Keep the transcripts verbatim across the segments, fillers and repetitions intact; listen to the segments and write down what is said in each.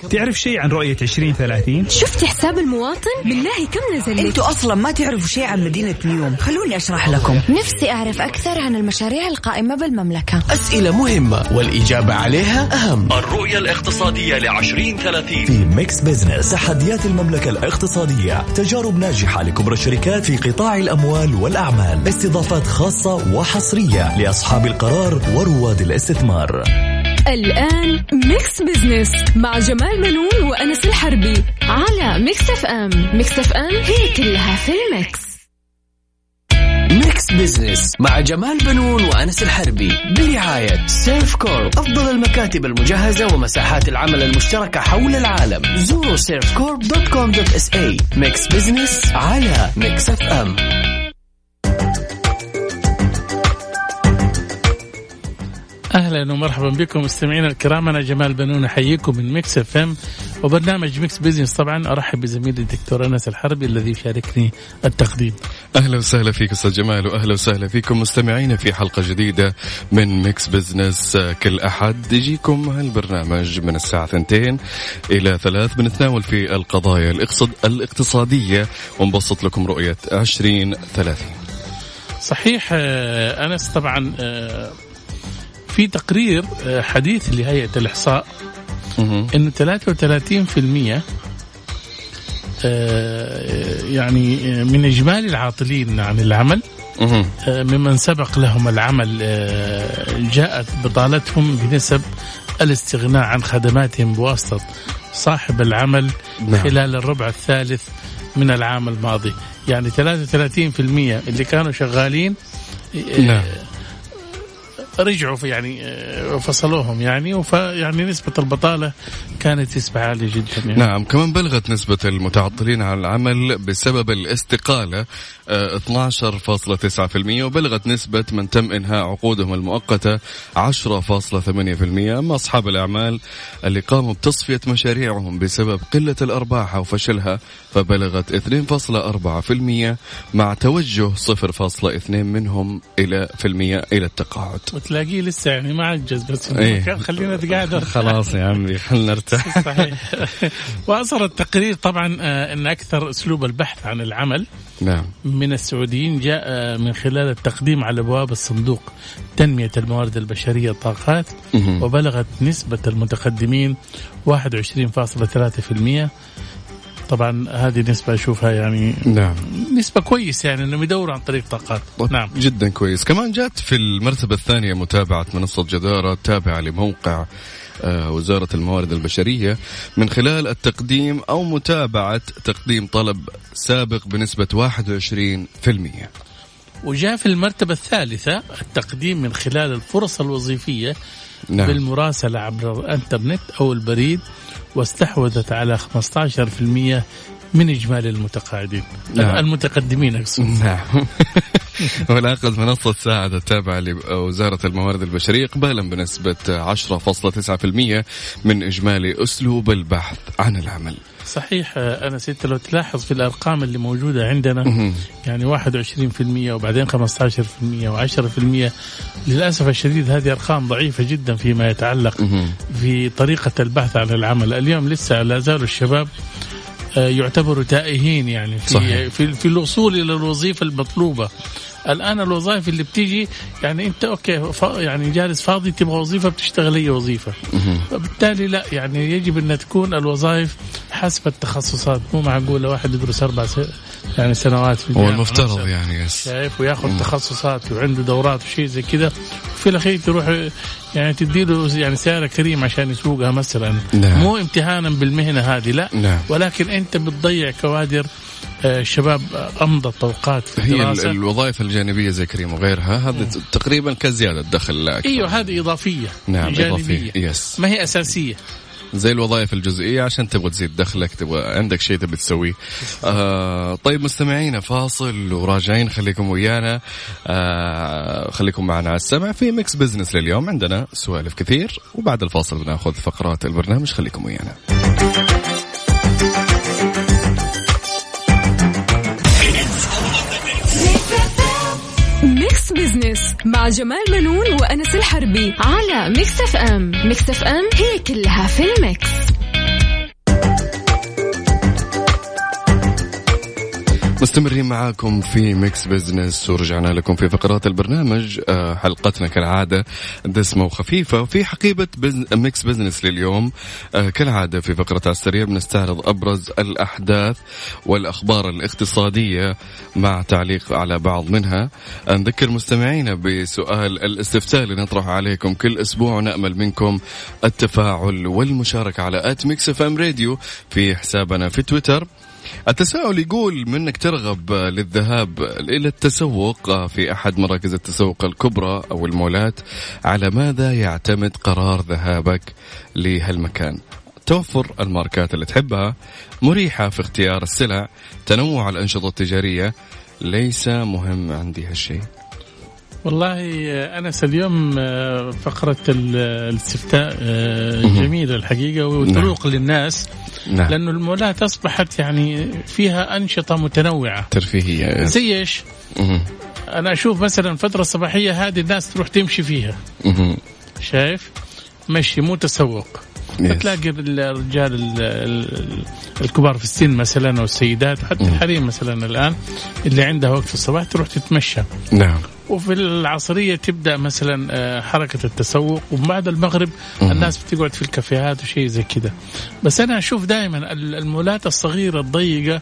تعرف شيء عن رؤية عشرين ثلاثين؟ شفت حساب المواطن؟ بالله كم نزل لك؟ انتوا أصلا ما تعرفوا شيء عن مدينة نيوم، خلوني أشرح لكم. نفسي أعرف أكثر عن المشاريع القائمة بالمملكة. أسئلة مهمة والإجابة عليها أهم. الرؤية الاقتصادية لعشرين ثلاثين في ميكس بزنس. تحديات المملكة الاقتصادية، تجارب ناجحة لكبرى الشركات في قطاع الأموال والأعمال، استضافات خاصة وحصرية لأصحاب القرار ورواد الاستثمار. الآن ميكس بزنس مع جمال منون وأنس الحربي على ميكس اف ام. ميكس اف ام هي كلها في الميكس. ميكس بزنس مع جمال بنون وأنس الحربي برعاية سيرف كورب، أفضل المكاتب المجهزة ومساحات العمل المشتركة حول العالم. زوروا سيرف كورب دوت كوم دوت اس اي. ميكس بزنس على ميكس اف ام. أهلا ومرحبا بكم مستمعينا الكرام. أنا جمال بنون أحييكم من ميكس اف ام وبرنامج ميكس بيزنس. طبعا أرحب بزميلي الدكتور أنس الحربي الذي يشاركني التقديم. أهلا وسهلا فيك أستاذ جمال، وأهلا وسهلا فيكم مستمعينا في حلقة جديدة من ميكس بيزنس. كل أحد يجيكم هالبرنامج من الساعة اثنتين إلى ثلاث، بنتناول في القضايا الاقتصادية ونبسط لكم رؤية عشرين ثلاثين. صحيح أنس. طبعا في تقرير حديث لهيئة الإحصاء إنه ثلاثة وثلاثين بالمئة يعني من إجمالي العاطلين عن العمل ممن سبق لهم العمل جاءت بطالتهم بنسب الاستغناء عن خدماتهم بواسطة صاحب العمل خلال الربع الثالث من العام الماضي. يعني ثلاثة وثلاثين بالمئة اللي كانوا شغالين نعم. رجعوا في يعني فصلوهم يعني وف يعني نسبة البطالة كانت نسبة عالية جدا يعني. نعم. كمان بلغت نسبة المتعطلين عن العمل بسبب الاستقالة اثني عشر فاصلة تسعة بالمئة، وبلغت نسبة من تم إنهاء عقودهم المؤقتة عشرة فاصلة ثمانية بالمئة. أما أصحاب الأعمال اللي قاموا بتصفية مشاريعهم بسبب قلة الأرباح وفشلها فبلغت اثنين فاصلة أربعة بالمئة مع توجه صفر فاصلة اثنين منهم إلى في المئة إلى التقاعد. وتلاقيه لسه يعني ما عجز بس إيه. خلينا نتقاعد خلاص يا عمي خلينا نرتاح. صحيح. وأصر التقرير طبعا أن أكثر أسلوب البحث عن العمل نعم. من السعوديين جاء من خلال التقديم على أبواب الصندوق تنمية الموارد البشرية الطاقات، وبلغت نسبة المتقدمين واحد وعشرين فاصلة ثلاثة بالمئة. طبعا هذه نسبة أشوفها يعني نعم. نسبة كويس يعني إنهم يدوروا عن طريق طاقات. نعم جدا كويس. كمان جات في المرتبة الثانية متابعة منصة جدارة تابعة لموقع وزارة الموارد البشرية من خلال التقديم أو متابعة تقديم طلب سابق بنسبة واحد وعشرين بالمئة. وجاء في المرتبة الثالثة التقديم من خلال الفرص الوظيفية نعم. بالمراسلة عبر الانترنت أو البريد، واستحوذت على خمسة عشر بالمئة من إجمالي المتقاعدين نعم. المتقدمين أقصد. نعم. ولاقت منصة ساعد التابعة لوزارة الموارد البشرية إقبالا بنسبة عشرة فاصلة تسعة بالمئة من إجمالي أسلوب البحث عن العمل. صحيح. أنا ست لو تلاحظ في الأرقام اللي موجودة عندنا يعني واحد وعشرين بالمئة وبعدين خمسة عشر بالمئة وعشرة بالمئة. للأسف الشديد هذه أرقام ضعيفة جدا فيما يتعلق في طريقة البحث عن العمل. اليوم لسه لا زالوا الشباب يعتبروا تائهين يعني في, في في الوصول إلى الوظيفة المطلوبة. الآن الوظائف اللي بتيجي يعني أنت أوكي يعني جالس فاضي تبغى وظيفة بتشتغل أي وظيفة، وبالتالي لا يعني يجب أن تكون الوظائف حسب التخصصات. مو معقولة واحد يدرس أربع س... يعني سنوات في الجامعة هو المفترض يعني يس. شايف وياخذ مم. تخصصات وعنده دورات وشيء زي كذا، وفي الأخير تروح يعني تديله يعني سيارة كريم عشان يسوقها مثلا نعم. مو امتحانا بالمهنة هذه لا نعم. ولكن أنت بتضيع كوادر الشباب أمضى طوقات في الدراسة. هي الوظائف الجانبية زي كريم وغيرها هذا تقريبا كزيادة دخل لك. ايوه هذه إضافية نعم جانبية إضافية يس. ما هي أساسية زي الوظائف الجزئية عشان تبغى تزيد دخلك، تبغى عندك شيء تبي تسويه. آه طيب مستمعينا فاصل وراجعين، خليكم ويانا آه خليكم معنا على السمع في ميكس بزنس. لليوم عندنا سوالف كثير وبعد الفاصل بناخذ فقرات البرنامج. خليكم ويانا. ميكس بزنس مع جمال منون وأنس الحربي على ميكس اف ام. ميكس اف ام هي كلها في الميكس. مستمرين معاكم في ميكس بزنس ورجعنا لكم في فقرات البرنامج. حلقتنا كالعادة دسمة وخفيفة وفي حقيبة بزن... ميكس بزنس لليوم. كالعادة في فقرة على السريع بنستعرض أبرز الأحداث والأخبار الاقتصادية مع تعليق على بعض منها. نذكر مستمعينا بسؤال الاستفتاء اللي نطرح عليكم كل أسبوع، ونأمل منكم التفاعل والمشاركة على آت ميكس اف ام راديو في حسابنا في تويتر. التساؤل يقول: منك ترغب للذهاب إلى التسوق في أحد مراكز التسوق الكبرى أو المولات، على ماذا يعتمد قرار ذهابك لهالمكان؟ توفر الماركات اللي تحبها، مريحة في اختيار السلع، تنوع الأنشطة التجارية، ليس مهم عندي هالشيء. والله أنس اليوم فقرة الاستفتاء جميلة الحقيقة وطرق نعم. للناس نعم. لأنه المولات أصبحت يعني فيها أنشطة متنوعة ترفيهية. زي إيش؟ أنا أشوف مثلا فترة الصباحية هذه الناس تروح تمشي فيها. مه. شايف؟ مشي مو تسوق. تلاقي الرجال الكبار في السن مثلا أو السيدات حتى الحريم مثلا الآن اللي عندها وقت في الصباح تروح تتمشى. نعم. وفي العصرية تبدأ مثلا حركة التسوق، وبعد المغرب الناس بتقعد في الكافيهات وشيء زي كده. بس أنا أشوف دائما المولات الصغيرة الضيقة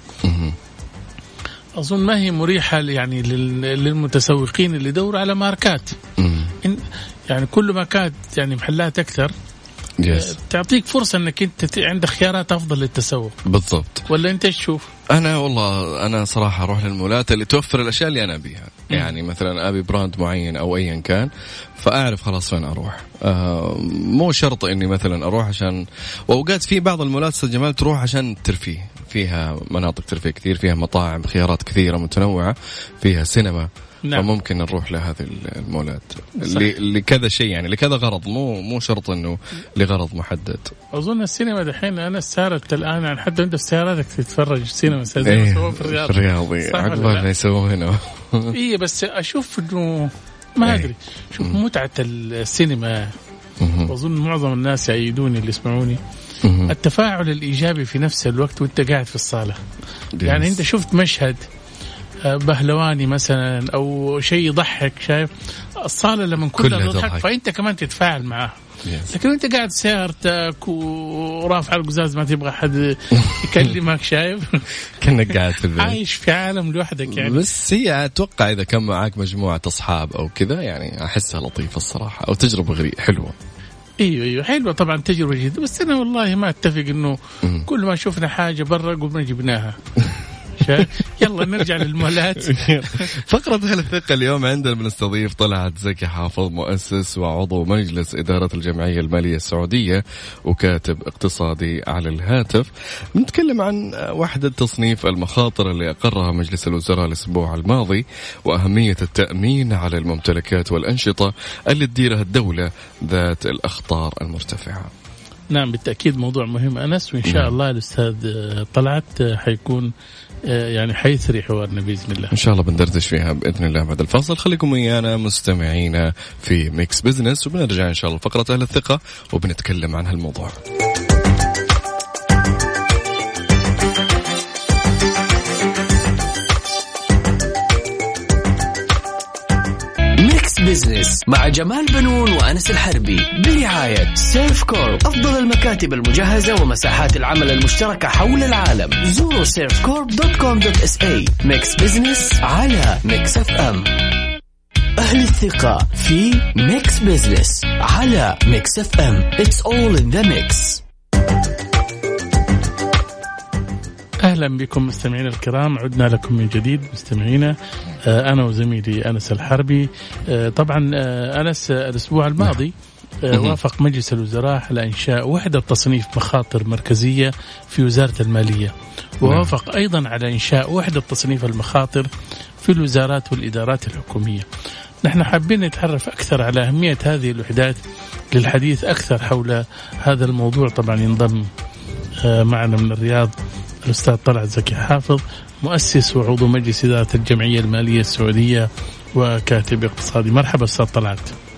أظن ما هي مريحة يعني للمتسوقين اللي يدوروا على ماركات. يعني كل ما كانت يعني محلات أكثر yes. تعطيك فرصة أنك أنت عندك خيارات أفضل للتسوق. بالضبط. ولا أنت تشوف؟ أنا والله أنا صراحة أروح للمولات اللي توفر الأشياء اللي أنا أبيها. م. يعني مثلا أبي براند معين أو أيا كان، فأعرف خلاص وين أروح. آه مو شرط إني مثلا أروح عشان، وأوقات في بعض المولات جمال تروح عشان ترفيه، فيها مناطق ترفيه كثير، فيها مطاعم، خيارات كثيرة متنوعة، فيها سينما. نعم. فممكن نروح لهذه المولات لكذا شيء، يعني لكذا غرض، مو مو شرط انه لغرض محدد. اظن السينما دحين انا سارت الان يعني حتى انت في سياراتك تتفرج سينما زي ما ايه سووا في الرياض. الرياضي عقبال ما يسووه هنا. ايه بس اشوف انه ما ادري شوف متعه السينما. اظن معظم الناس يعيدوني اللي يسمعوني التفاعل الايجابي في نفس الوقت وانت قاعد في الصاله. يعني انت شفت مشهد بهلواني مثلا أو شيء يضحك، شايف الصالة لما كلها تضحك فأنت كمان تتفاعل معه. yes. لكن أنت قاعد سيارتك ورافع القزاز ما تبغى حد يكلمك، شايف كأنك قاعد في البيت عايش في عالم لوحدك يعني. بس هي أتوقع إذا كان معك مجموعة أصحاب أو كذا يعني أحسها لطيفة الصراحة، أو تجربة غريبة حلوة. ايوه ايوه حلوه طبعا تجربه جديده. بس انا والله ما اتفق انه كل ما شفنا حاجه برا قلنا جبناها. يلا نرجع للمولات. فقرة أهل الثقة اليوم عندنا بنستضيف طلعت زكي حافظ، مؤسس وعضو مجلس إدارة الجمعية المالية السعودية وكاتب اقتصادي على الهاتف. بنتكلم عن وحدة تصنيف المخاطر اللي أقرها مجلس الوزراء الأسبوع الماضي، وأهمية التأمين على الممتلكات والأنشطة اللي تديرها الدولة ذات الأخطار المرتفعة. نعم بالتأكيد موضوع مهم أنس، وإن شاء الله الأستاذ طلعت حيكون يعني حيثري حوارنا بإذن الله. إن شاء الله بندردش فيها بإذن الله بعد الفاصل. خليكم ويانا مستمعينا في ميكس بزنس، وبنرجع إن شاء الله فقرة أهل الثقة وبنتكلم عن هالموضوع. بزنس مع جمال بنون وأنس الحربي برعاية سيرف كورب، أفضل المكاتب المجهزة ومساحات العمل المشتركة حول العالم. زوروا سيرف كورب دوت كوم دوت اس اي. ميكس بزنس على ميكس اف ام. أهل الثقة في ميكس بزنس على ميكس اف ام. It's all in the mix. أهلا بكم مستمعين الكرام، عدنا لكم من جديد مستمعينا. أنا وزميلي أنس الحربي. طبعا أنس الأسبوع الماضي وافق مجلس الوزراء على إنشاء وحدة تصنيف مخاطر مركزية في وزارة المالية، ووافق أيضا على إنشاء وحدة تصنيف المخاطر في الوزارات والإدارات الحكومية. نحن حابين نتعرف أكثر على أهمية هذه الوحدات. للحديث أكثر حول هذا الموضوع طبعا ينضم معنا من الرياض الأستاذ طلعت زكي حافظ، مؤسس وعضو مجلس إدارة الجمعية المالية السعودية وكاتب اقتصادي. مرحبا أستاذ طلعت.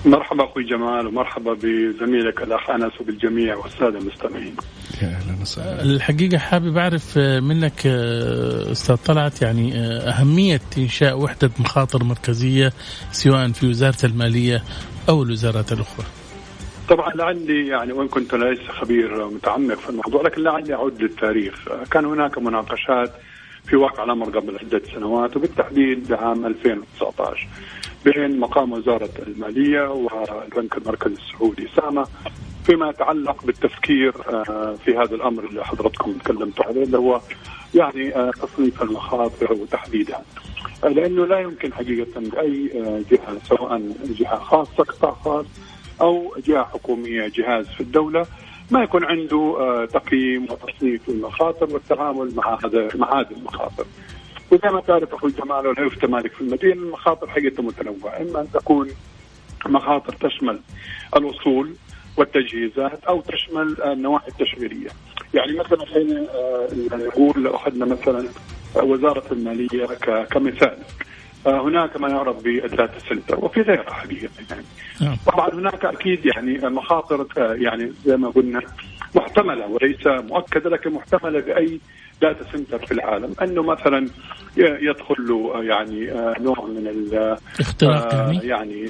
مرحبا أخوي جمال ومرحبا بزميلك الأخ أنس وبالجميع والسادة المستمعين. الحقيقة حابب أعرف منك أستاذ طلعت يعني أهمية إنشاء وحدة مخاطر مركزية سواء في وزارة المالية أو الوزارات الأخرى. طبعا لعلي يعني وإن كنت ليس خبير متعمق في الموضوع لكن لعلي أعود للتاريخ. كان هناك مناقشات في واقع الأمر قبل عدة سنوات وبالتحديد بعام ألفين وتسعة عشر بين مقام وزارة المالية والبنك المركزي السعودي سامة فيما يتعلق بالتفكير في هذا الأمر اللي حضرتكم تكلمتوا عليه اللي هو يعني تصنيف المخاطر وتحديدها، لأنه لا يمكن حقيقة لأي جهة سواء جهة خاصة قطاع خاص أو جهة حكومية جهاز في الدولة ما يكون عنده تقييم وتصنيف المخاطر والتعامل مع هذا مع هذه المخاطر. وزي ما تعرف أخوي جمال ولا يفتى مالك في المدينة المخاطر حقيقة متنوعة، إما أن تكون مخاطر تشمل الوصول والتجهيزات أو تشمل النواحي التشغيلية. يعني مثلا حين نقول لو أخذنا مثلا وزارة المالية كمثال هناك ما يعرف بالداتا سنتر وفي غيرها حقيقة يعني. طبعا هناك أكيد يعني مخاطر يعني زي ما قلنا محتملة وليس مؤكدة لكن محتملة بأي داتا سنتر في العالم أنه مثلا يدخل له يعني نوع من الاختراق يعني, يعني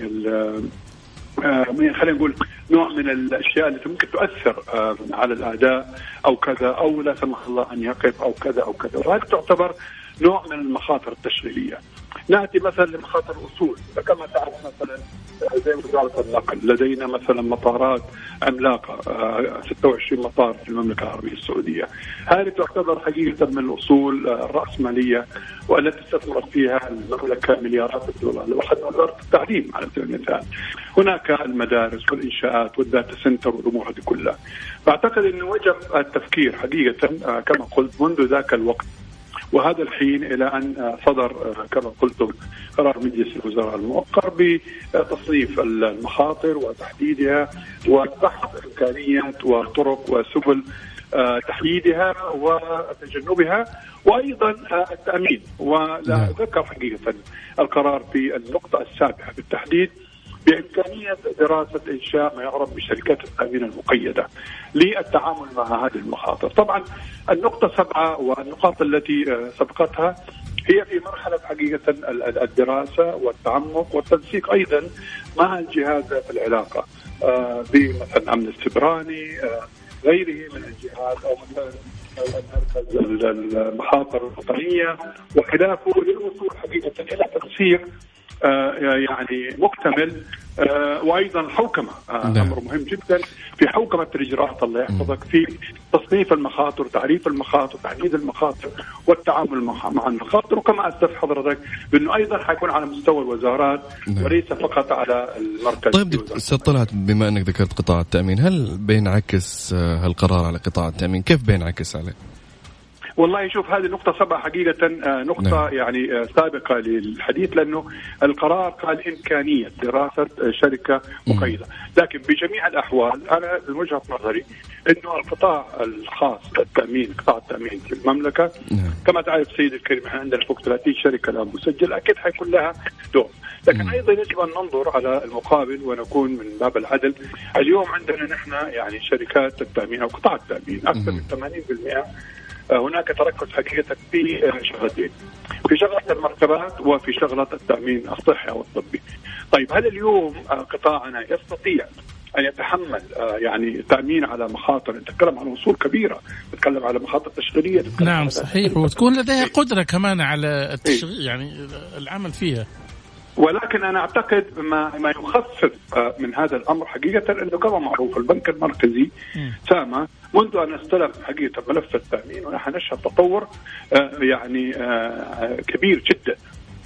خلينا نقول نوع من الأشياء التي ممكن تؤثر على الأداء أو كذا أو لا سمح الله أن يقف أو كذا أو كذا، وهذه تعتبر نوع من المخاطر التشغيلية. نأتي مثلا لمخاطر الأصول، فكما تعرف مثلا زي وزارة النقل لدينا مثلا مطارات عملاقة ستة وعشرين مطار في المملكة العربية السعودية، هذه تعتبر حقيقة من الأصول الرأسمالية والتي استثمرت فيها المملكة مليارات الدولار. لو أخذنا وزارة التعليم على سبيل المثال هناك المدارس والإنشاءات والداتا سنتر والأمور هذه كلها. فأعتقد أنه وجب التفكير حقيقة كما قلت منذ ذاك الوقت وهذا الحين إلى أن صدر كما قلتم قرار مجلس الوزراء المؤقر بتصنيف المخاطر وتحديدها وبحث إمكانيات وطرق وسبل تحديدها وتجنبها وأيضا التأمين. ولا أذكر حقيقة القرار في النقطة السابعة بالتحديد بإمكانية دراسة إنشاء ما يعرف بشركات التأمين المقيدة للتعامل مع هذه المخاطر. طبعا النقطة سبعة والنقاط التي سبقتها هي في مرحلة حقيقة الدراسة والتعمق والتنسيق أيضا مع الجهات في العلاقة بمثلا الأمن السبراني غيره من الجهات أو مثلا المخاطر الوطنية وخلافه للوصول حقيقة إلى تنسيق يعني مكتمل وأيضا حوكمة أمر مهم جدا في حوكمة الإجراءات الله يحفظك في تصنيف المخاطر تعريف المخاطر تحديد المخاطر والتعامل مع المخاطر. وكما أسف حضرتك بأنه أيضا حيكون على مستوى الوزارات وليس فقط على المركز. طيب أستاذ طلعت بما أنك ذكرت قطاع التأمين هل بينعكس هالقرار على قطاع التأمين كيف بينعكس عليه؟ والله شوف هذه نقطة سبعة حقيقة نقطة نعم. يعني سابقة للحديث لأنه القرار قال إمكانية دراسة شركة مقيدة، لكن بجميع الأحوال أنا من وجهة نظري إنه القطاع الخاص التأمين قطاع التأمين في المملكة نعم. كما تعرف سيد الكريم احنا عندنا فوق ثلاثين شركة الآن مسجلة أكيد حيكون لها دور، لكن مم. أيضا يجب أن ننظر على المقابل ونكون من باب العدل. اليوم عندنا نحن يعني شركات التأمين أو قطاع التأمين أكثر من ثمانين بالمئة هناك تركز حقيقة في شغلتين، في شغلة المركبات وفي شغلة التأمين الصحي أو الطبي. طيب هل اليوم قطاعنا يستطيع أن يتحمل يعني تأمين على مخاطر؟ نتكلم عن وصول كبيرة، نتكلم على مخاطر تشغيلية. نعم صحيح، وتكون لديها قدرة كمان على التشغيل يعني العمل فيها. ولكن أنا أعتقد ما ما يخفف من هذا الأمر حقيقة أنه كما معروف البنك المركزي سامة منذ أن استلم حقيقة ملف التأمين ونحن نشهد تطور يعني كبير جدا،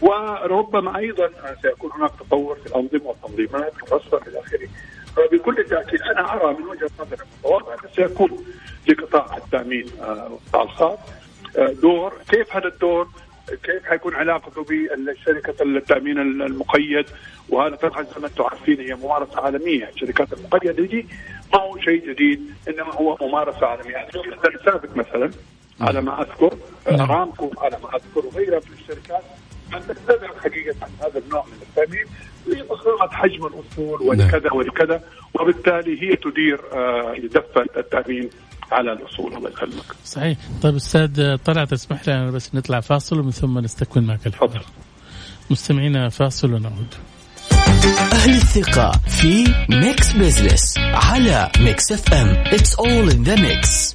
وربما أيضا سيكون هناك تطور في الأنظمة والتنظيمات والرصد إلى آخره. فبكل تأكيد أنا أرى من وجهة نظري المتواضعة أن سيكون لقطاع التأمين والقطاع الخاص دور. كيف هذا الدور؟ كيف حيكون علاقته بالشركة التأمين المقيد؟ وهذا طبعا زي ما انتم عارفين هي ممارسة عالمية. الشركات المقيدة دي ما هو شيء جديد إنما هو ممارسة عالمية. يعني سابق مثلا على ما أذكر رامكو على ما أذكر وغيرها من الشركات أن تستبعد حقيقة عن هذا النوع من التأمين لضخامة حجم الأصول والكذا والكذا، وبالتالي هي تدير دفة التأمين على الأصول. الله يسلمك. صحيح. طيب أستاذ طلعت تسمح لي أنا بس نطلع فاصل ومن ثم نستكمل معك الحوار. مستمعينا فاصل ونعود. أهل الثقة في ميكس بيزنس على ميكس اف ام. It's all in the mix.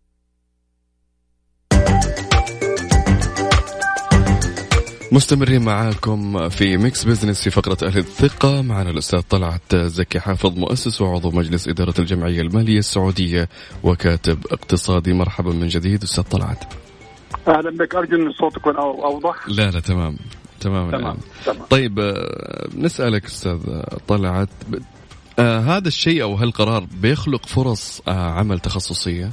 مستمرين معاكم في ميكس بيزنس في فقرة أهل الثقة. معنا الأستاذ طلعت زكي حافظ، مؤسس وعضو مجلس إدارة الجمعية المالية السعودية وكاتب اقتصادي. مرحبا من جديد أستاذ طلعت. أهلا بك. أرجو أن صوتك يكون أوضح. لا لا تمام تمام, تمام. تمام. طيب نسألك أستاذ طلعت، آه هذا الشيء أو هالقرار بيخلق فرص آه عمل تخصصية؟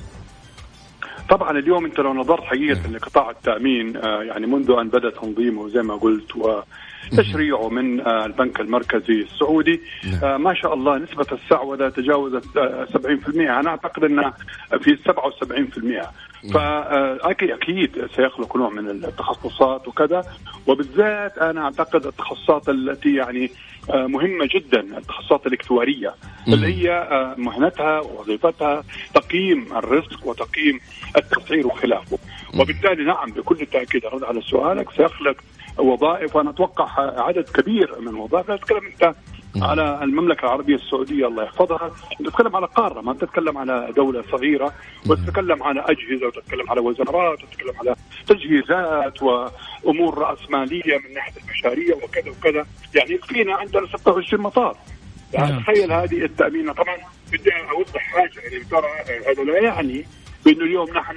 طبعا اليوم انت لو نظرت حقيقه لقطاع التامين آه يعني منذ ان بدا تنظيمه زي ما قلت وتشريعه من آه البنك المركزي السعودي، آه ما شاء الله نسبه السعوده تجاوزت آه سبعين بالمئة. انا اعتقد انها في سبعة وسبعين بالمئة. فاكيد اكيد سيخلق نوع من التخصصات وكذا، وبالذات انا اعتقد التخصصات التي يعني مهمة جدا، التخصصات الاكتوارية اللي هي مهنتها ووظيفتها تقييم الرزق وتقييم التسعير وخلافه. وبالتالي نعم بكل تأكيد رد على سؤالك سيخلق وظائف، وأنا أتوقع عدد كبير من الوظائف. تتكلم أنت على المملكة العربية السعودية الله يحفظها، تتكلم على قارة، ما تتكلم على دولة صغيرة، وتتكلم على أجهزة وتتكلم على وزارات وتتكلم على تجهيزات وأمور رأسمالية من ناحية المشاريع وكذا وكذا. يعني يكفينا عندنا ستة وعشرين مطار. يعني تخيل هذه التأمين. طبعا بدي أوضح حاجة، يعني ترى هذا لا يعني بأنه اليوم نحن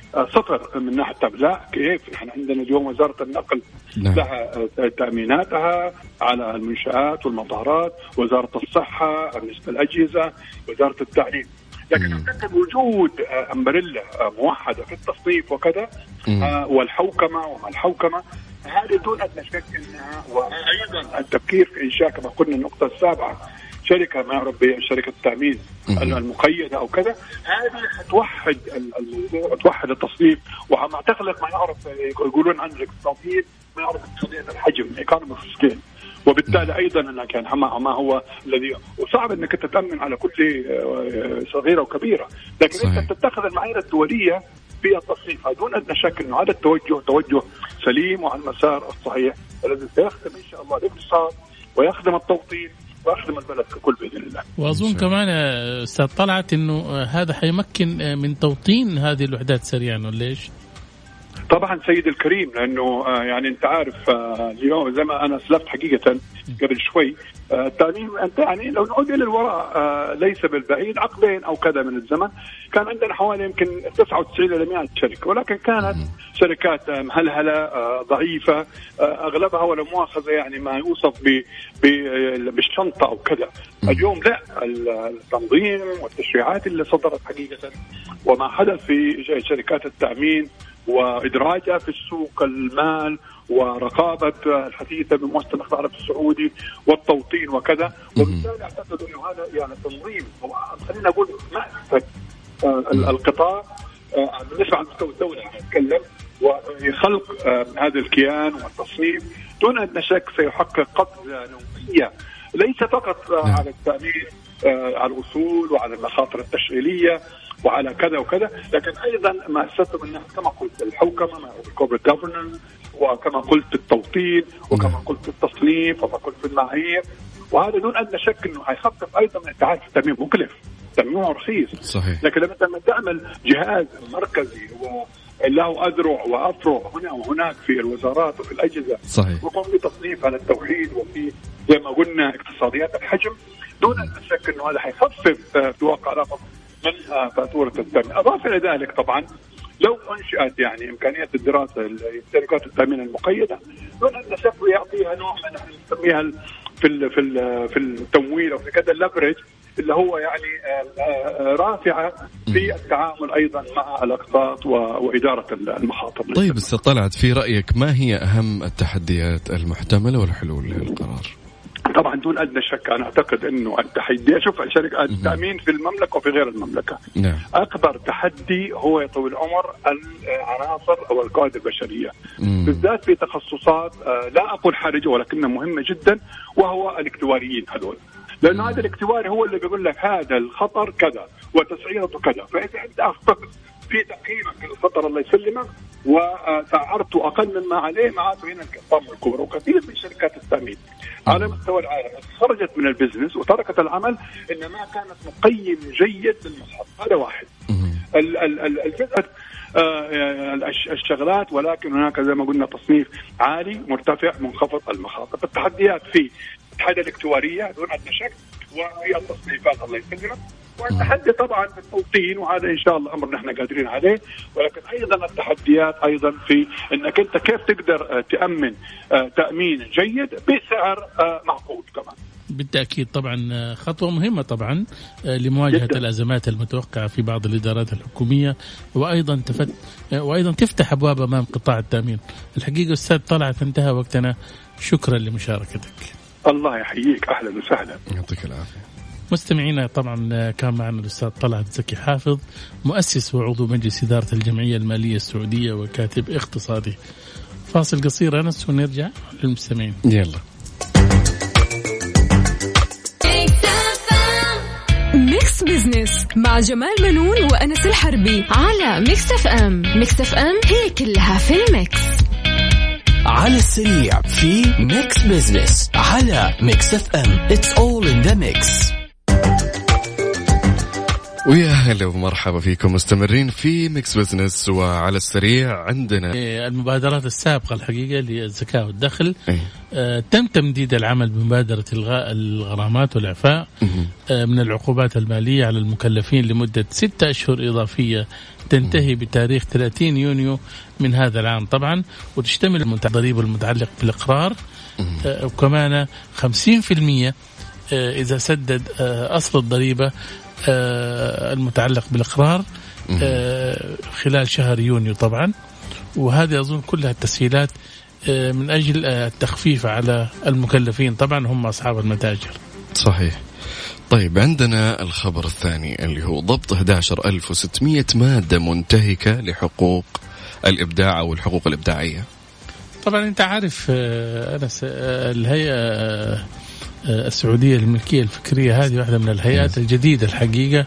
صفر من ناحية التأمين، لا كيف. نحن عندنا اليوم وزارة النقل لها تأميناتها على المنشآت والمطارات، وزارة الصحة بالنسبة للأجهزة، وزارة التعليم. لكن أعتقد وجود أمبريلا موحدة في التصنيف وكذا والحوكمة وما الحوكمة هذه دون أدنى شك إنها، وأيضا التفكير في إنشاء كما قلنا النقطة السابعة شركة ما يعرف بشركة التأمين المقيدة أو كذا، هذه حتوحد الموضوع وتوحد التصنيف وما تخلق ما يعرف يقولون عن الاقتصاديين ما يعرف اقتصادية الحجم economy of scale. وبالتالي أيضا أنك يعني ما هو الذي وصعب أنك تتأمن على كل صغيرة وكبيرة، لكن صحيح. أنت تتخذ المعايير الدولية في التصنيف دون أدنى شك أنه هذا التوجه توجه سليم وعلى المسار الصحيح الذي سيخدم إن شاء الله الاقتصاد ويخدم التوطين ويخدم البلد ككل بإذن الله. وأظن كمان أستاذ طلعت إنه هذا حيمكن من توطين هذه الوحدات سريعا ولا إيش؟ طبعا سيد الكريم، لأنه يعني أنت عارف اليوم زي ما أنا أسلفت حقيقة قبل شوي التأمين، أنت يعني لو نعود إلى الوراء ليس بالبعيد عقدين أو كذا من الزمن كان عندنا حوالي يمكن تسعة وتسعين إلى مئة شركة، ولكن كانت شركات مهلهلة ضعيفة أغلبها ولا مؤاخذة يعني ما يوصف بالشنطة أو كذا. اليوم لا، التنظيم والتشريعات اللي صدرت حقيقة وما حدث في شركات التأمين وإدراجها في السوق المال ورقابة الحديثة بمؤسسة النقد العربي السعودي والتوطين وكذا. وبالتالي أعتقد أنه هذا يعني تنظيم، خلينا نقول مأسسة القطاع بالنسبة على مستوى الدولة نتكلم، وخلق هذا الكيان والتصنيف دون أدنى شك سيحقق قفزة نوعية ليس فقط على التأمين على الأصول وعلى المخاطر التشغيلية وعلى كذا وكذا، لكن أيضا مؤسسته من كما قلت الحوكمة الكوربريت جوفرنانس، وكما قلت التوطين، وكما قلت التصنيف، وكما قلت المعايير. وهذا دون أدنى شك أنه هيخفف أيضا من اتعاد التأمين مكلف، تأمين رخيص صحيح. لكن لما تعمل جهاز مركزي وله أذرع وأفرع هنا وهناك في الوزارات وفي الأجهزة صحيح، وقوم بتصنيف على التوحيد وفي زي ما قلنا اقتصاديات الحجم، دون أدنى شك أنه هذا هيخفف في واقع الأمر من فاتورة التأمين. أضاف إلى ذلك طبعا لو أنشأت يعني إمكانية الدراسة لشركات التأمين المقيدة دون أن نشوف يعطيها نوع من نسميها في ال في ال في التمويل أو في كذا الليفرج اللي هو يعني رافعة في التعامل أيضا مع الأقساط وإدارة المخاطر. طيب أستاذ طلعت، في رأيك ما هي أهم التحديات المحتملة والحلول للقرار؟ طبعا دون أدنى شك أنا أعتقد أنه التحدي، شوف شركات التأمين في المملكة وفي غير المملكة نعم. أكبر تحدي هو يا طويل العمر العناصر أو القواعد البشرية مم. بالذات في تخصصات لا أقول حرجة ولكنها مهمة جدا، وهو الاكتواريين هذول، لأن هذا الاكتواري هو اللي بيقول لك هذا الخطر كذا وتسعيرته كذا، فإذا أنت أخطأت في تقييمك الخطر الله يسلمك وسعرته أقل مما عليه، معناته هنا الطامة الكبرى. وكثير من شركات التأمين على مستوى العالم خرجت من البزنس وتركت العمل إن ما كانت مقيم جيد للمصحف. هذا واحد. الجزء الشغلات، ولكن هناك زي ما قلنا تصنيف عالي مرتفع منخفض المخاطر. التحديات في التحدي الاكتوارية دون أدنى شك، وفي التصنيفات الله يسلمك، والتحدي طبعا في التوطين، وهذا إن شاء الله أمر نحن قادرين عليه، ولكن أيضا التحديات أيضا في أنك أنت كيف تقدر تأمن تأمين جيد بسعر معقول كمان. بالتأكيد طبعا خطوة مهمة طبعا لمواجهة جدا. الأزمات المتوقعة في بعض الإدارات الحكومية، وأيضا تفت وأيضا تفتح أبواب أمام قطاع التأمين. الحقيقة أستاذ طلعت انتهى وقتنا، شكرا لمشاركتك. الله يحييك، أهلا وسهلا. يعطيك العافية. مستمعينا طبعا كان معنا الأستاذ طلعت زكي حافظ، مؤسس وعضو مجلس إدارة الجمعية المالية السعودية وكاتب اقتصادي. فاصل قصير أنس ونرجع للمستمعين. يلا. ميكس بزنس مع جمال منون وأنس الحربي على ميكس اف ام. ميكس اف ام هي كلها في الميكس. على السريع في ميكس بزنس على ميكس اف ام. It's all in the mix. ويا هلا ومرحبا فيكم، مستمرين في ميكس بزنس. وعلى السريع عندنا المبادرات السابقة الحقيقة للزكاة والدخل. آه تم تمديد العمل بمبادرة إلغاء الغرامات والإعفاء آه من العقوبات المالية على المكلفين لمدة ستة أشهر إضافية تنتهي بتاريخ ثلاثين يونيو من هذا العام طبعا، وتشتمل الضريبة المتعلق بالإقرار آه وكمان خمسين في المية آه إذا سدد آه أصل الضريبة آه المتعلق بالإقرار آه خلال شهر يونيو طبعا. وهذه أظن كلها التسهيلات آه من أجل آه التخفيف على المكلفين طبعا هم أصحاب المتاجر. صحيح. طيب عندنا الخبر الثاني اللي هو ضبط أحد عشر ألف وستمائة مادة منتهكة لحقوق الإبداع أو الحقوق الإبداعية. طبعا أنت عارف آه أنس آه الهيئة آه السعودية للملكية الفكرية هذه واحدة من الهيئات الجديدة الحقيقة،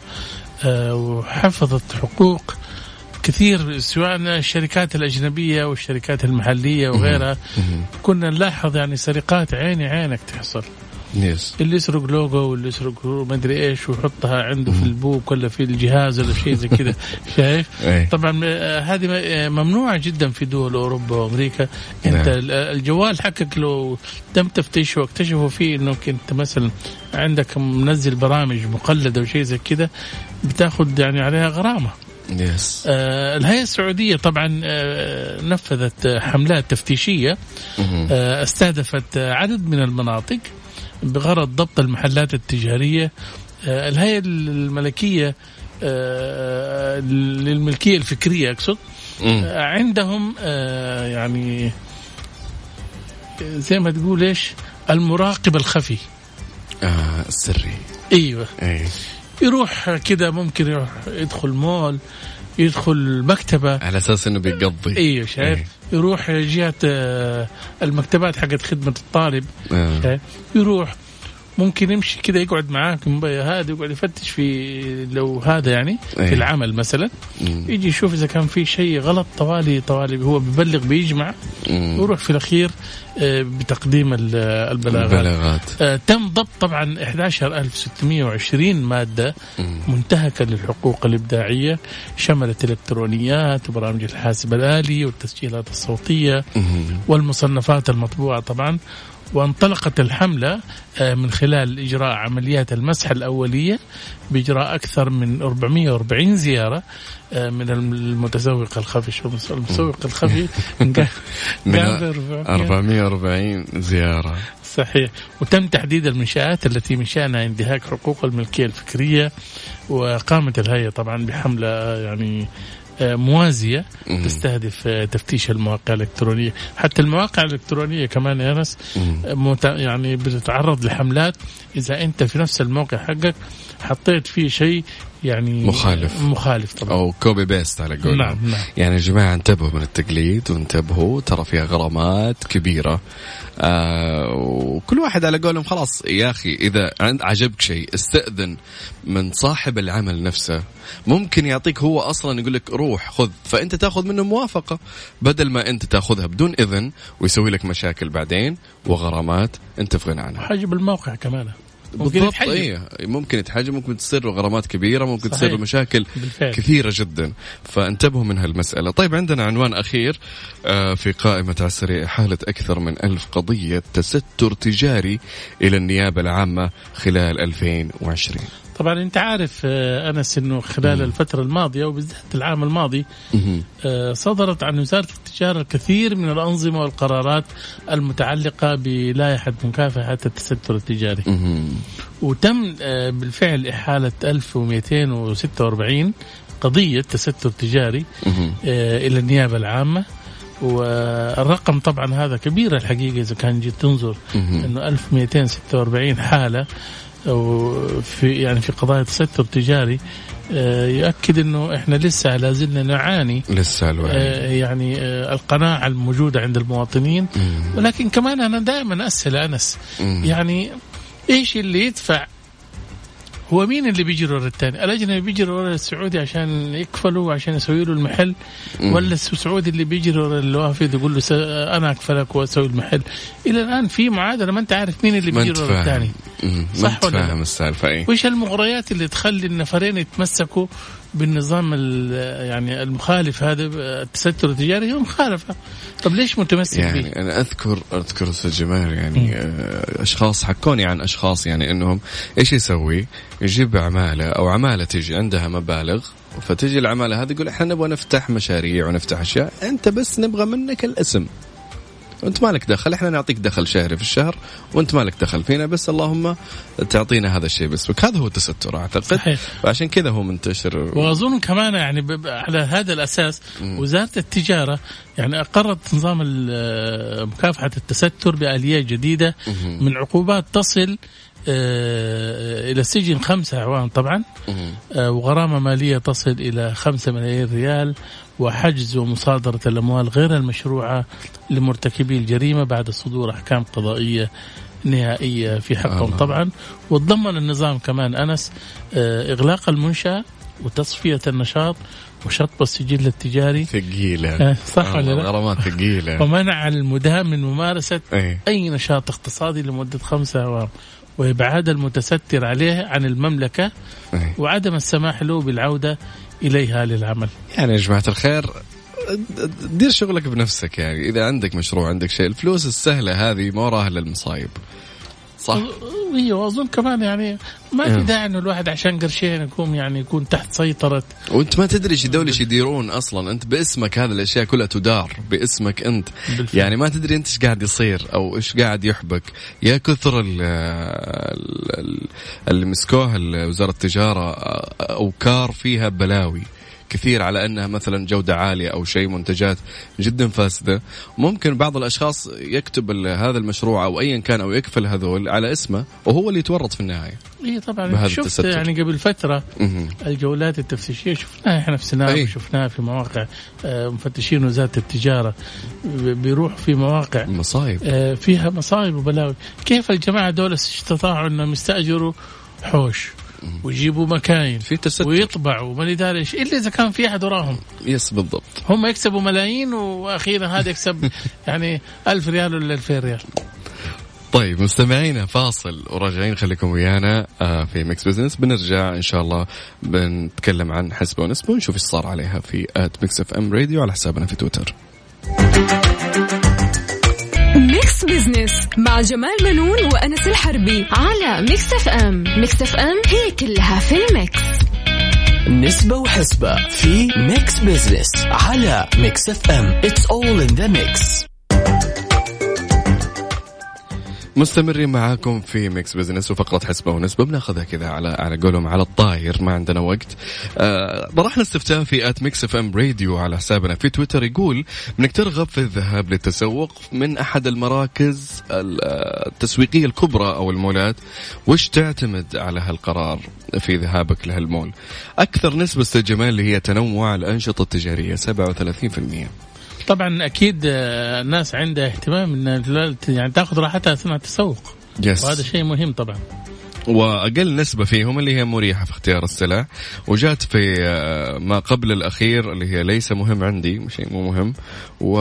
وحفظت حقوق كثير سواء الشركات الأجنبية والشركات المحلية وغيرها. كنا نلاحظ يعني سرقات عيني عينك تحصل، yes. اللي يسرق لوجو واللي يسرق ما أدري إيش ويحطها عنده في البوك ولا في الجهاز ولا شيء زي كذا شايف. طبعا هذه ممنوعة جدا في دول أوروبا وأمريكا. أنت الجوال حقك لو تم تفتيشه واكتشفوا فيه إنه كنت مثلا عندك منزل برامج مقلدة وشيء زي كذا بتاخد يعني عليها غرامة. yes. آه الهيئة السعودية طبعا آه نفذت حملات تفتيشية آه استهدفت عدد من المناطق بغرض ضبط المحلات التجارية. آه الهيئة الملكية آه للملكية الفكرية أقصد آه عندهم آه يعني زي ما تقول إيش المراقب الخفي آه السري. أيوة. أيه. يروح كده ممكن يروح يدخل مول يدخل مكتبة على أساس إنه بيقضي. إيه شايف. إيه. يروح جهة المكتبات حقت خدمة الطالب. آه. يروح ممكن يمشي كده يقعد معاك هذا يقعد يفتش في لو هذا يعني إيه. في العمل مثلا. مم. يجي يشوف إذا كان في شيء غلط طوالي طوالي هو بيبلغ بيجمع. مم. ويروح في الأخير بتقديم البلاغات. البلاغات. تم ضبط طبعا أحد عشر ألف وستمائة وعشرين مادة مم. منتهكة للحقوق الإبداعية، شملت الإلكترونيات وبرامج الحاسب الآلي والتسجيلات الصوتية مم. والمصنفات المطبوعة طبعا. وانطلقت الحملة من خلال إجراء عمليات المسح الأولية بإجراء أكثر من أربعمائة وأربعين زيارة من المتسوق الخفي. شو المتسوق الخفي؟ من أربعمائة وأربعين زيارة. صحيح. وتم تحديد المنشآت التي من شأنها انتهاك حقوق الملكية الفكرية. وقامت الهيئة طبعا بحملة يعني موازية تستهدف تفتيش المواقع الإلكترونية. حتى المواقع الإلكترونية كمان يا ناس يعني بتتعرض لحملات إذا أنت في نفس الموقع حقك حطيت فيه شيء يعني مخالف مخالف طبعا أو كوبي بيست على قولهم. نعم نعم. يعني يا جماعة انتبهوا من التقليد وانتبهوا ترى فيها غرامات كبيرة. آه وكل واحد على قولهم خلاص يا أخي إذا عجبك شيء استأذن من صاحب العمل نفسه، ممكن يعطيك هو أصلا يقول لك روح خذ، فأنت تأخذ منه موافقة بدل ما أنت تأخذها بدون إذن ويسوي لك مشاكل بعدين وغرامات أنت في غنى عنها. حاجب الموقع كمان بالضبط. إيه ممكن يتحجم، ممكن تصير غرامات كبيرة، ممكن صحيح. تصير مشاكل بالفعل. كثيرة جدا، فانتبهوا من هالمسألة. طيب عندنا عنوان أخير في قائمة على السريع، حالة أكثر من ألف قضية تستر تجاري إلى النيابة العامة خلال ألفين وعشرين. طبعا انت عارف أنس انه خلال مم. الفترة الماضية وبالذات العام الماضي مم. صدرت عن وزارة التجارة الكثير من الأنظمة والقرارات المتعلقة بلائحة مكافحة التستر التجاري مم. وتم بالفعل إحالة ألف ومئتين وستة وأربعين قضية تستر تجاري مم. إلى النيابة العامة. والرقم طبعا هذا كبير الحقيقة إذا كان جيت تنظر مم. انه ألف ومئتين وستة وأربعين حالة في يعني في قضايا تستر تجاري يؤكد انه احنا لسه لازلنا نعاني لسه يعني القناعة الموجودة عند المواطنين. ولكن كمان انا دائما اسأل انس يعني ايش اللي يدفع؟ هو مين اللي بيجري ورا الثاني؟ الأجنبي بيجري ورا السعودي عشان يكفلوا عشان يسوي له المحل، ولا السعودي اللي بيجري ورا الوافد يقول له أنا أكفلك وأسوي المحل؟ إلى الآن في معادلة ما أنت عارف مين اللي بيجري ورا الثاني. صح ولا لا؟ السالفة إيه؟ وإيش المغريات اللي تخلي النفرين يتمسكوا بالنظام يعني المخالف هذا التستر التجاري؟ هو مخالفة، طب ليش متمسك يعني بيه؟ أنا أذكر أذكر أستاذ جمال يعني م. أشخاص حكوني عن أشخاص يعني إنهم إيش يسوي؟ يجيب عمالة أو عمالة تيجي عندها مبالغ، فتيجي العمالة هذه يقول إحنا نبغى نفتح مشاريع ونفتح أشياء، أنت بس نبغى منك الاسم، وانت مالك دخل، احنا نعطيك دخل شهري في الشهر وانت مالك دخل فينا، بس اللهم تعطينا هذا الشيء بس. هذا هو التستر اعتقد صحيح. وعشان كذا هو منتشر. واظن كمان يعني على هذا الاساس م. وزارة التجارة يعني اقرت نظام مكافحة التستر بآليات جديدة م. من عقوبات تصل إلى السجن خمسة أعوام طبعا، وغرامة مالية تصل إلى خمسة ملايين ريال، وحجز ومصادرة الأموال غير المشروعة لمرتكبي الجريمة بعد صدور أحكام قضائية نهائية في حقهم طبعا. وتضمن النظام كمان أنس إغلاق المنشأة وتصفية النشاط وشطب السجل التجاري. ثقيلة صح ولا لا؟ غرامات ثقيلة. ومنع المدان من ممارسة أي, أي نشاط اقتصادي لمدة خمسة أعوام، وإبعاد المتستر عليه عن المملكة أي. وعدم السماح له بالعودة إليها للعمل. يعني يا جماعة الخير دير شغلك بنفسك، يعني إذا عندك مشروع عندك شيء، الفلوس السهلة هذه ما وراها للمصايب صح؟ ايوه اظن كمان يعني ما في داعي انه الواحد عشان قرشين يكون يعني يكون تحت سيطرة، وانت ما تدري ايش دول ايش يديرون اصلا، انت باسمك هذه الاشياء كلها تدار باسمك انت بالفعل. يعني ما تدري انت ايش قاعد يصير او ايش قاعد يحبك. يا كثر اللي مسكوها وزارة التجارة او كار فيها بلاوي كثير على أنها مثلا جودة عالية أو شيء منتجات جدا فاسدة. ممكن بعض الأشخاص يكتب هذا المشروع أو أيا كان أو يكفل هذول على اسمه وهو اللي يتورط في النهاية. إيه طبعا شفت التستر. يعني قبل فترة م-م. الجولات التفتيشية شفناها إحنا في سناب أيه. وشفناها في مواقع مفتشين وزارة التجارة بيروح في مواقع مصايب فيها مصايب وبلاوي. كيف الجماعة دول استطاعوا أنهم يستأجروا حوش ويجيبوا مكاين ويطبعوا وما ندري ايش الا اذا كان في احد وراهم. يس بالضبط. هم يكسبوا ملايين واخيرا هذا يكسب يعني ألف ريال ولا ألفين ريال. طيب مستمعينا فاصل وراجعين، خليكم ويانا في ميكس بزنس. بنرجع ان شاء الله بنتكلم عن حسبة ونسبة ونشوف ايش صار عليها في آت ميكس اف ام راديو على حسابنا في تويتر. ميكس بزنس مع جمال منون وأنس الحربي على ميكس اف ام. ميكس اف ام هي كلها في الميكس. نسبة وحسبة في ميكس بزنس على ميكس اف ام. It's all in the mix. مستمرين معاكم في ميكس بزنس وفقرة حسبة ونسبة، بناخذها كذا على على قولهم على الطاير، ما عندنا وقت. آه طرحنا استفتاء في آت ميكس اف ام راديو على حسابنا في تويتر، يقول انك ترغب في الذهاب للتسوق من احد المراكز التسويقية الكبرى او المولات، وش تعتمد على هالقرار في ذهابك لهالمول؟ اكثر نسبة استجمال اللي هي تنوع الأنشطة التجارية سبعة وثلاثين بالمئة. طبعا اكيد الناس عندها اهتمام ان يعني تاخذ راحتها اثناء التسوق، yes. وهذا شيء مهم طبعا. وأقل نسبة فيهم اللي هي مريحة في اختيار السلع، وجات في ما قبل الأخير اللي هي ليس مهم عندي، شيء مو مهم، و...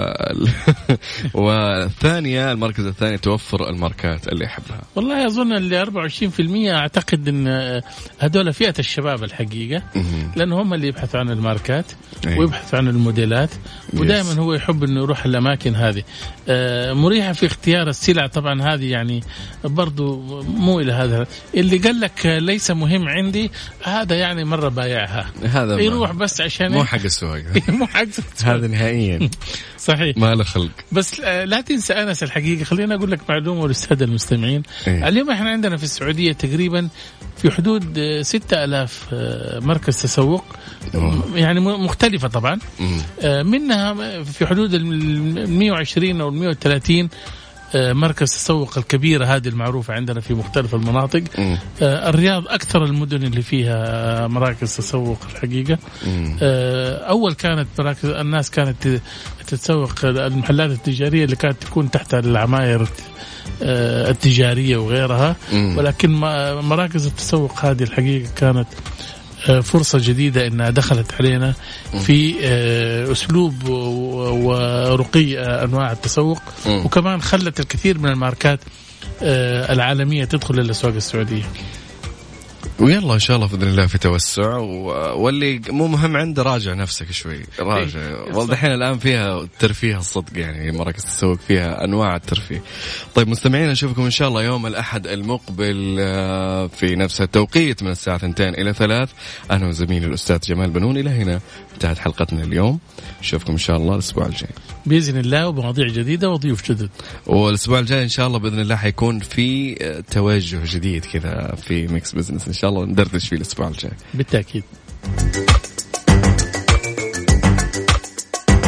والثانية المركز الثاني توفر الماركات اللي أحبها. والله أظن اللي أربعة وعشرين بالمئة أعتقد أن هذول فئة الشباب الحقيقة، لأنه هم اللي يبحثوا عن الماركات ويبحثوا عن الموديلات، ودائما هو يحب أنه يروح الأماكن هذه. مريحة في اختيار السلع طبعا، هذه يعني برضو مو إلى هذا. اللي قال لك ليس مهم عندي، هذا يعني مرة بايعها، هذا يروح بس عشان مو حق السوق مو حق هذا نهائيا صحيح، ما له خلق. بس لا تنسى أنس الحقيقة، خلينا أقول لك معلومة للسادة المستمعين. إيه؟ اليوم احنا عندنا في السعودية تقريبا في حدود ستة آلاف مركز تسوق، أوه. يعني مختلفة طبعا، مم. منها في حدود المية وعشرين أو المية وثلاثين مركز تسوق الكبيرة هذه المعروفة عندنا في مختلف المناطق. مم. الرياض أكثر المدن اللي فيها مراكز تسوق الحقيقة. مم. أول كانت مراكز الناس كانت تتسوق المحلات التجارية اللي كانت تكون تحت العماير التجارية وغيرها. مم. ولكن مراكز التسوق هذه الحقيقة كانت فرصة جديدة إنها دخلت علينا في أسلوب ورقي أنواع التسوق، وكمان خلت الكثير من الماركات العالمية تدخل للأسواق السعودية. ويلا إن شاء الله بإذن الله في توسع، واللي مو مهم عنده راجع نفسك شوي، راجع. والدحين الآن فيها الترفيه الصدق، يعني مراكز تسوق فيها أنواع الترفيه. طيب مستمعين، نشوفكم إن شاء الله يوم الأحد المقبل في نفس التوقيت من الساعة اثنتين إلى ثلاث، أنا وزميلي الأستاذ جمال بنون. إلى هنا انتهت حلقتنا اليوم، نشوفكم إن شاء الله الأسبوع الجاي بإذن الله، وبمواضيع جديدة وضيوف جدد. والأسبوع الجاي إن شاء الله بإذن الله حيكون في توجه جديد كذا في ميكس بزنس، إن شاء الله ندردش فيه الأسبوع الجاي بالتأكيد.